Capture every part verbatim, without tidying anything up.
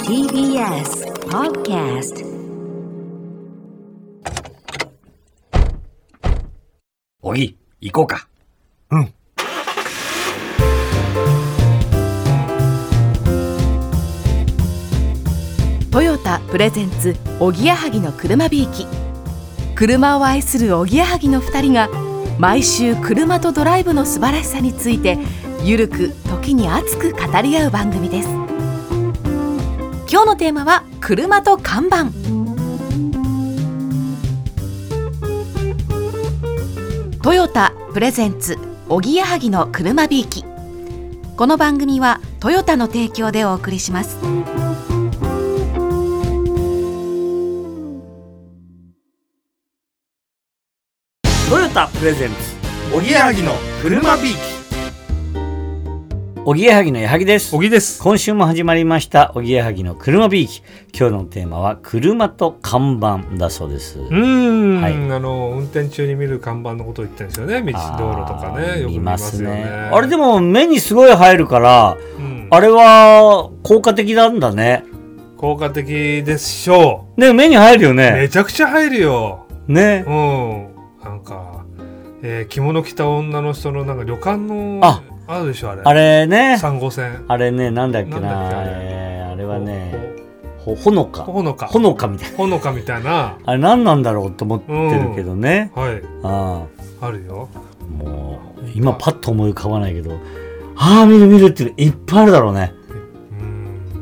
ティービーエス Podcast。 おぎ、行こうか。 うん。 トヨタプレゼンツおぎやはぎの車びいき。車を愛するおぎやはぎのふたりが毎週車とドライブの素晴らしさについてゆるく時に熱く語り合う番組です。今日のテーマは車と看板。トヨタプレゼンツおぎやはぎの車びいき。この番組はトヨタの提供でお送りします。 トヨタプレゼンツおぎやはぎの車びいき。 おぎやはぎのやはぎです。 おぎです。 今週も始まりましたおぎやはぎの車びいき。今日のテーマは車と看板だそうです。 うーん、 はい、 あの運転中に見る看板のことを言ってるんですよね。道道路とかね、よく見ますよね。 あれでも目にすごい入るから、うん、あれは効果的なんだね。 効果的でしょうね。目に入るよね。 めちゃくちゃ入るよね。 うん、なんか、えー、着物着た女の人のなんか旅館の あ, あるでしょあれ。 あれね。 さん号線。 あれね、なんだっけな。 なんだっけあれ、 えー、あれはね、ほほのか。 ほのか。 ほのかみたいな。 ほのかみたいな。 あれ何なんだろうと思ってるけどね。 うん、はい。 ああ。あるよ。 もう今パッと思い浮かばないけど、ああ見る見るっていうのいっぱいあるだろうね。 うん、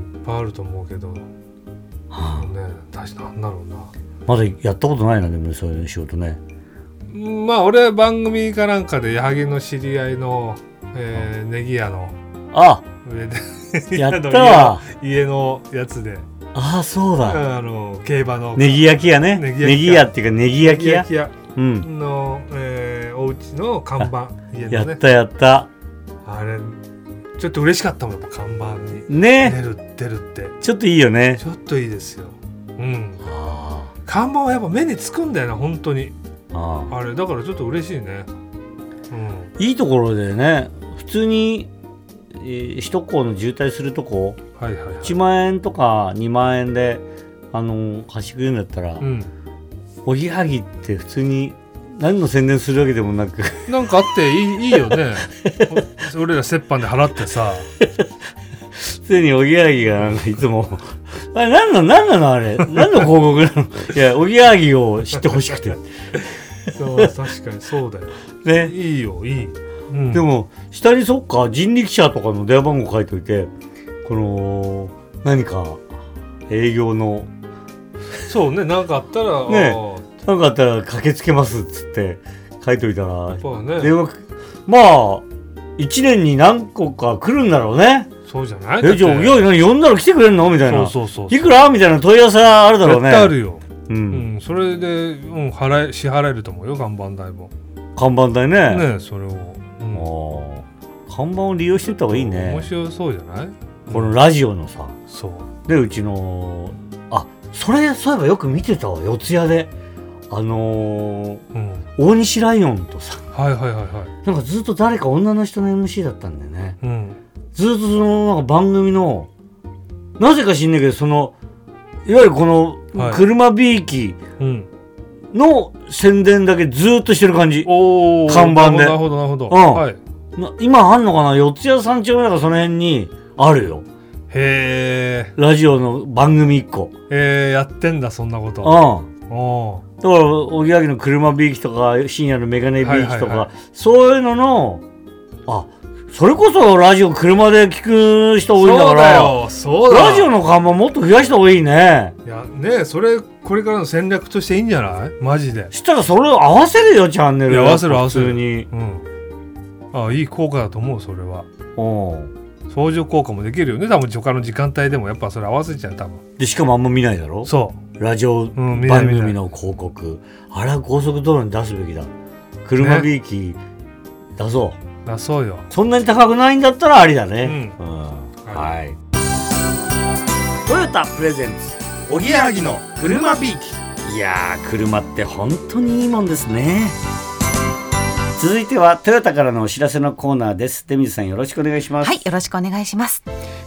いっぱいあると思うけど。はあ、ね、大事なんだろうな。 まだやったことないな、でもそういう仕事ね。 まあ俺は番組かなんかで矢作の知り合いの、えー、ネギ屋のあ上でやったわ家のやつで、 ああそうだ、 あの競馬のネギ焼き屋ね。ネギ屋っていうかネギ焼き屋、 ネギ焼き屋の、 うん、 えー、お家の看板、家のね、 やったやった。 あれちょっと嬉しかったもん、やっぱ看板にね出る出るってちょっといいよね。 ちょっといいですよ。うん。 あ、 看板はやっぱ目につくんだよな本当に。 ああ、 あれだからちょっと嬉しいね。 うん、いいところでね、普通に、えー、首都高の渋滞するとこ、 はいはいはい、 いちまんえんとかにまんえんであの走ってくるんだったら、うん、おぎやはぎって普通に何の宣伝するわけでもなくなんかあっていい、いいよね俺ら折半で払ってさ普通におぎやはぎがなんかいつもあれ何なの何なのあれ何の広告なのいや、おぎやはぎを知ってほしくてそう確かにそうだよね。 いいよいい、うん、 でも下にそっか人力車とかの電話番号書いておいて、この何か営業のそうね、なんかあったらね、なんかあったら駆けつけますっつって書いておいたら、 ね、 電話まあいちねんに何個か来るんだろうね。 そうじゃない？ え、じゃあ、いや、呼んだら来てくれんのみたいな。 そうそうそう。 いくらみたいな問い合わせあるだろうね。 絶対あるよ。 うん。 うん、それで、うん、払い、支払えると思うよ、看板代も。 看板代ね。 ね、それを。うん、 ああ。看板を利用していった方がいいね。 面白そうじゃない？ このラジオのさ。 そう。 で、うちの、あ、それ、そういえばよく見てたわ、四谷で。あのーうん、大西ライオンとさ。 はいはいはいはい。 なんかずっと誰か女の人の エムシー だったんだよね。 うん。 ずっとそのなんか番組のなぜか知んないけど、そのいわゆるこの車びいきの宣伝だけずっとしてる感じ、 お看板で。 なるほどなるほど、 うん、 はい、 今あんのかな、四谷三丁目なんかその辺にあるよ。 へー、 ラジオの番組いっこ、 えー、やってんだそんなこと。 うん、 おだからおぎやはぎの車びいきとか深夜のメガネびいきとか、はいはいはい、そういうのの、あ、それこそラジオ車で聞く人多いんだから、そうだよ、そうだ、ラジオの看板もっと増やした方がいいね。いやね、それこれからの戦略としていいんじゃない？マジで。 したらそれを合わせるよ、チャンネル。 合わせる合わせる、 普通に、 うん、あ、いい効果だと思う。それはうん、 相乗効果もできるよね、多分他の時間帯でもやっぱそれ合わせちゃう、多分。 でしかもあんま見ないだろ。 そうラジオ番組の広告、うん、あれは高速道路に出すべきだ。車びいき、ね、出そう出そうよ。 そんなに高くないんだったらありだね。うん、うん、はい。トヨタプレゼンツおぎやはぎの車びいき。 いやー、車って本当にいいもんですね。続いてはトヨタからのお知らせのコーナーです。出水さん、よろしくお願いします。 はい、よろしくお願いします。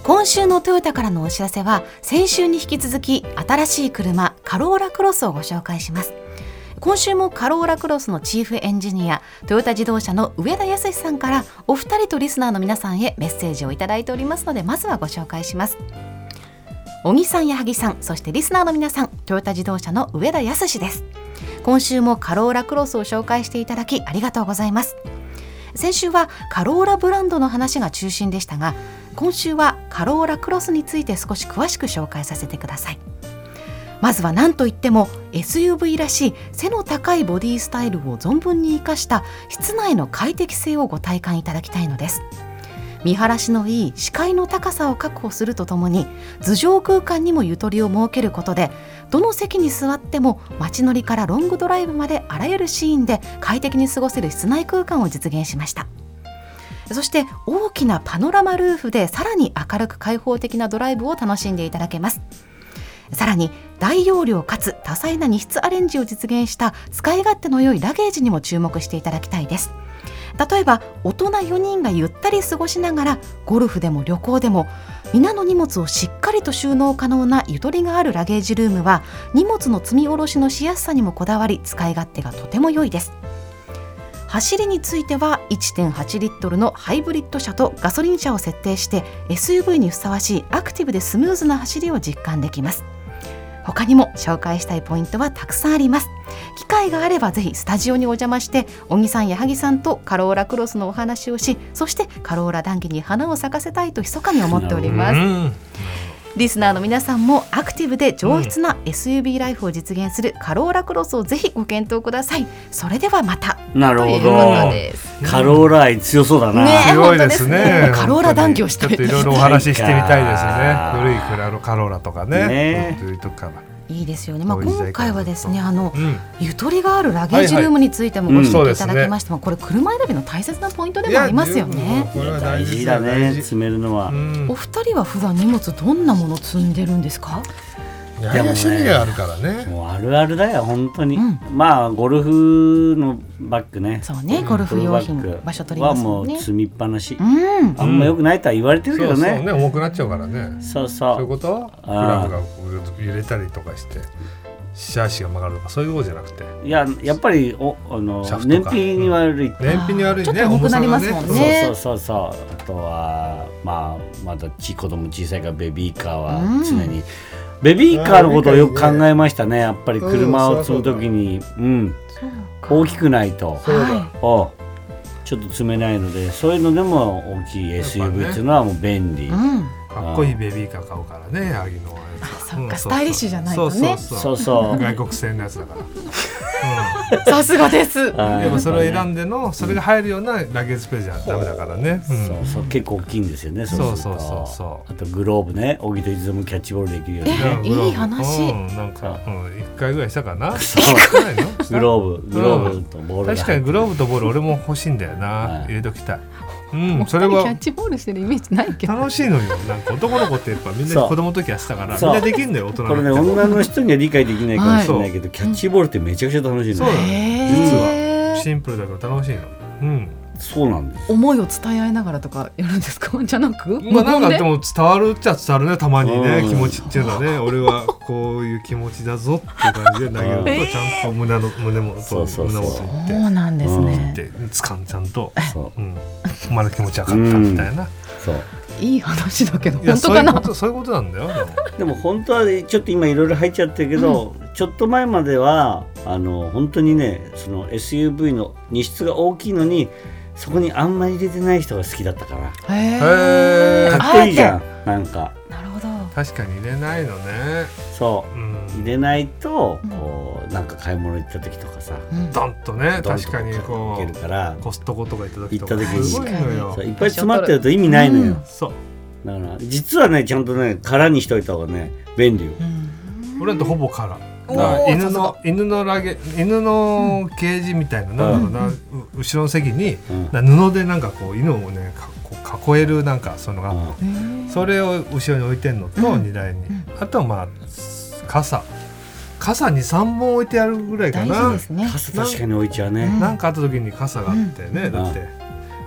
今週のトヨタからのお知らせは、先週に引き続き新しい車カローラクロスをご紹介します。今週もカローラクロスのチーフエンジニア、トヨタ自動車の上田康さんからお二人とリスナーの皆さんへメッセージをいただいておりますので、まずはご紹介します。小木さん、矢作さん、そしてリスナーの皆さん、トヨタ自動車の上田康です。今週もカローラクロスを紹介していただきありがとうございます。先週はカローラブランドの話が中心でしたが、今週はカローラクロスについて少し詳しく紹介させてください。まずは何といっても エスユーブイ らしい背の高いボディスタイルを存分に生かした室内の快適性をご体感いただきたいのです。見晴らしのいい視界の高さを確保するとともに、頭上空間にもゆとりを設けることで、どの席に座っても街乗りからロングドライブまであらゆるシーンで快適に過ごせる室内空間を実現しました。そして大きなパノラマルーフでさらに明るく開放的なドライブを楽しんでいただけます。さらに大容量かつ多彩な荷室アレンジを実現した使い勝手の良いラゲージにも注目していただきたいです。例えば大人よにんがゆったり過ごしながらゴルフでも旅行でも皆の荷物をしっかりと収納可能なゆとりがあるラゲージルームは、荷物の積み下ろしのしやすさにもこだわり、使い勝手がとても良いです。走りについては いってんはちリットルのハイブリッド車とガソリン車を設定して エスユーブイ にふさわしいアクティブでスムーズな走りを実感できます。他にも紹介したいポイントはたくさんあります。機会があればぜひスタジオにお邪魔して、小木さん、矢作さんとカローラクロスのお話をし、そしてカローラ談義に花を咲かせたいと密かに思っております。リスナーの皆さんもアクティブで上質な エスユーブイ ライフを実現するカローラクロスをぜひご検討ください。それではまた。 なるほど。 ということです。 カローラ愛強そうだな、 ね、 強いですね。 カローラ談義をしたい。 ちょっといろいろお話ししてみたいですね。古いカローラとかね。 ね、 というとこからいいですよね。まあ、今回はですね、あの、 うん、 ゆとりがあるラゲージルームについてもご指摘いただきましたが、 うん、 これ車選びの大切なポイントでもありますよね。 これは大事だね、詰めるのは、うん、 お二人は普段荷物どんなもの積んでるんですか？ いやいや趣味があるからね。 もうあるあるだよ本当に、 うん、 まあゴルフのバッグね。 そうね、ゴルフ用品場所取りますもんね。 はもう積みっぱなし、 うん、 あんま良くないとは言われてるけどね。 そうそうね、重くなっちゃうからね。 そうそう。 そういうこと？クラブが揺れたりとかしてシャーシが曲がるとかそういうことじゃなくて、 いややっぱりおあの燃費に悪い、 燃費に悪いね、 ちょっと重くなりますもんね。 そうそうそうそう。あとはまあまだち子供小さいからベビーカーは常に、うん、ベビーカーのことをよく考えましたね。やっぱり車を積むときに、うん、大きくないと、 そうだ、 おちょっと積めないので、そういうのでも大きい エスユーブイ っていうのはもう便利。 うん、 かっこいいベビーカー買うからね、ヤギの。 あ、そっか、スタイリッシュじゃないとね。 そうそう。 外国製のやつだから。 さすがです。 でもそれを選んでの、それが入るようなラゲージスペースじゃダメだからね。 そうそう、結構大きいんですよね。 そうそうそうそう。 あとグローブね、小木といつでもキャッチボールできるように。 いい話。 なんか一回ぐらいしたかな。 グローブ、グローブとボール。 確かにグローブとボール俺も欲しいんだよな。入れときたい。うん、それはキャッチボールしてるイメージないけど楽しいのよ。なんか男の子ってやっぱみんな子供の時やってたからみんなできるのよ。大人のこれね、女の人には理解できないかもしれないけど、キャッチボールってめちゃくちゃ楽しいの。 そうなの、実はシンプルだけど楽しいの。うん、 そうなんです。 思いを伝え合いながらとかやるんですか？じゃなく、 まあなんかでも伝わるっちゃ伝わるね、たまにね、気持ちっていうのはね、俺はこういう気持ちだぞっていう感じで投げるとちゃんと胸の胸もそうそうそうそうそうなんですね。 で掴んちゃんと、うん、お前の気持ち分かったみたいな。そう。 いい話だけど本当かな。 そういうことなんだよ。 でも本当はちょっと今いろいろ入っちゃってるけど、うん、ちょっと前まではあの本当にね、その エスユーブイ の荷室が大きいのにそこにあんまり入れてない人が好きだったから。 へー、かっこいいじゃん。なんかなるほど。 確かに入れないのね。 そう、うん、入れないとこうなんか買い物行った時とかさ、 うん、ドンとね、確かにこういけるからコストコとか行った時とか行った時にすごいのよ。 そういっぱい詰まってると意味ないのよ、うん、 そうだから実はねちゃんとね空にしといた方がね便利よ、うん、 俺だとほぼ空犬の犬のラゲ犬のケージみたいな、うん、なんだろうな、後ろの席に、うん、布でなんかこう犬をねこう囲えるなんかそのが、うん、それを後ろに置いてんのと、うん、荷台に、うん、あとはまあ傘傘にさんぼん置いてあるぐらいかな。 大事ですね。 傘確かに置いちゃうね。 なんかあった時に傘があってね、うん、だって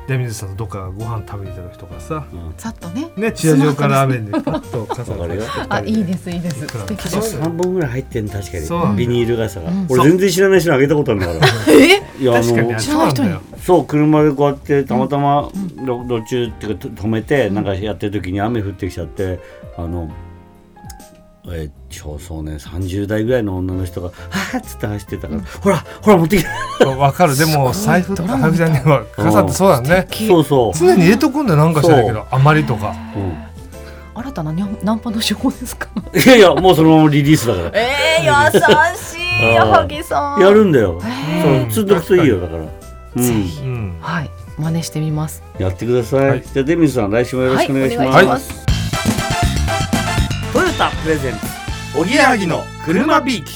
出水さんとどっかご飯食べに行った時とかさ、 さっとねねチアジョーカラーメンでパッと傘があいいですいいです素敵です。 さんぼんぐらい入ってん確かに、 そうなんだよビニール傘が、 うん俺全然知らない人にあげたことあるんだからえいやあ確かにの知らない人にそうなんだよそう車でこうやってたまたま路路中っていうか止めてなんかやってる時に雨降ってきちゃってあのえー、超そうねさんじゅう代ぐらいの女の人がはぁっつって走ってたから、うん、ほらほら持ってきたわかる。でも財布とかはぐちゃんには傘ってそうだね、 そうそう常に入れとくんだよ。なんかしないけど余りとか、 うん、 新たなナンパの手法ですかいやいやもうそのままリリースだからえー、優しい矢作さんやるんだよ、そう積んどくといいよだから、うん、 ぜひ、うん、はい真似してみます。 やってください、はい、じゃあデミスさん来週もよろしくお願いします、 はい、お願いします。 トヨタプレゼンツおぎやはぎの車ビーキ。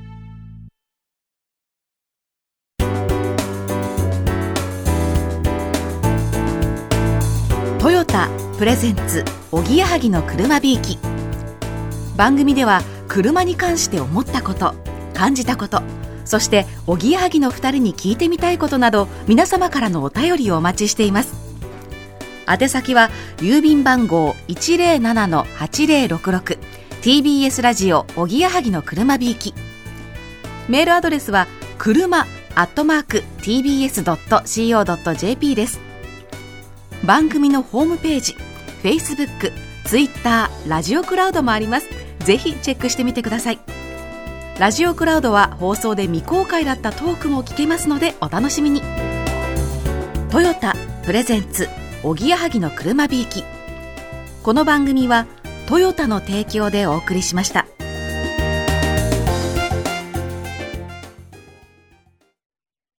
トヨタプレゼンツおぎやはぎの車ビーキ。番組では車に関して思ったこと、感じたこと、そしておぎやはぎのふたりに聞いてみたいことなど皆様からのお便りをお待ちしています。宛先は郵便番号 いちまるななのはちまるろくろく ティービーエス ラジオおぎやはぎの車ビーキ。メールアドレスは車アットマーク ティービーエスドットシーオードットジェーピー です。番組のホームページ、Facebook、Twitter、ラジオクラウドもあります。ぜひチェックしてみてください。ラジオクラウドは放送で未公開だったトークも聞けますのでお楽しみに。トヨタプレゼンツおぎやはぎの車ビーキ。この番組はトヨタの提供でお送りしました。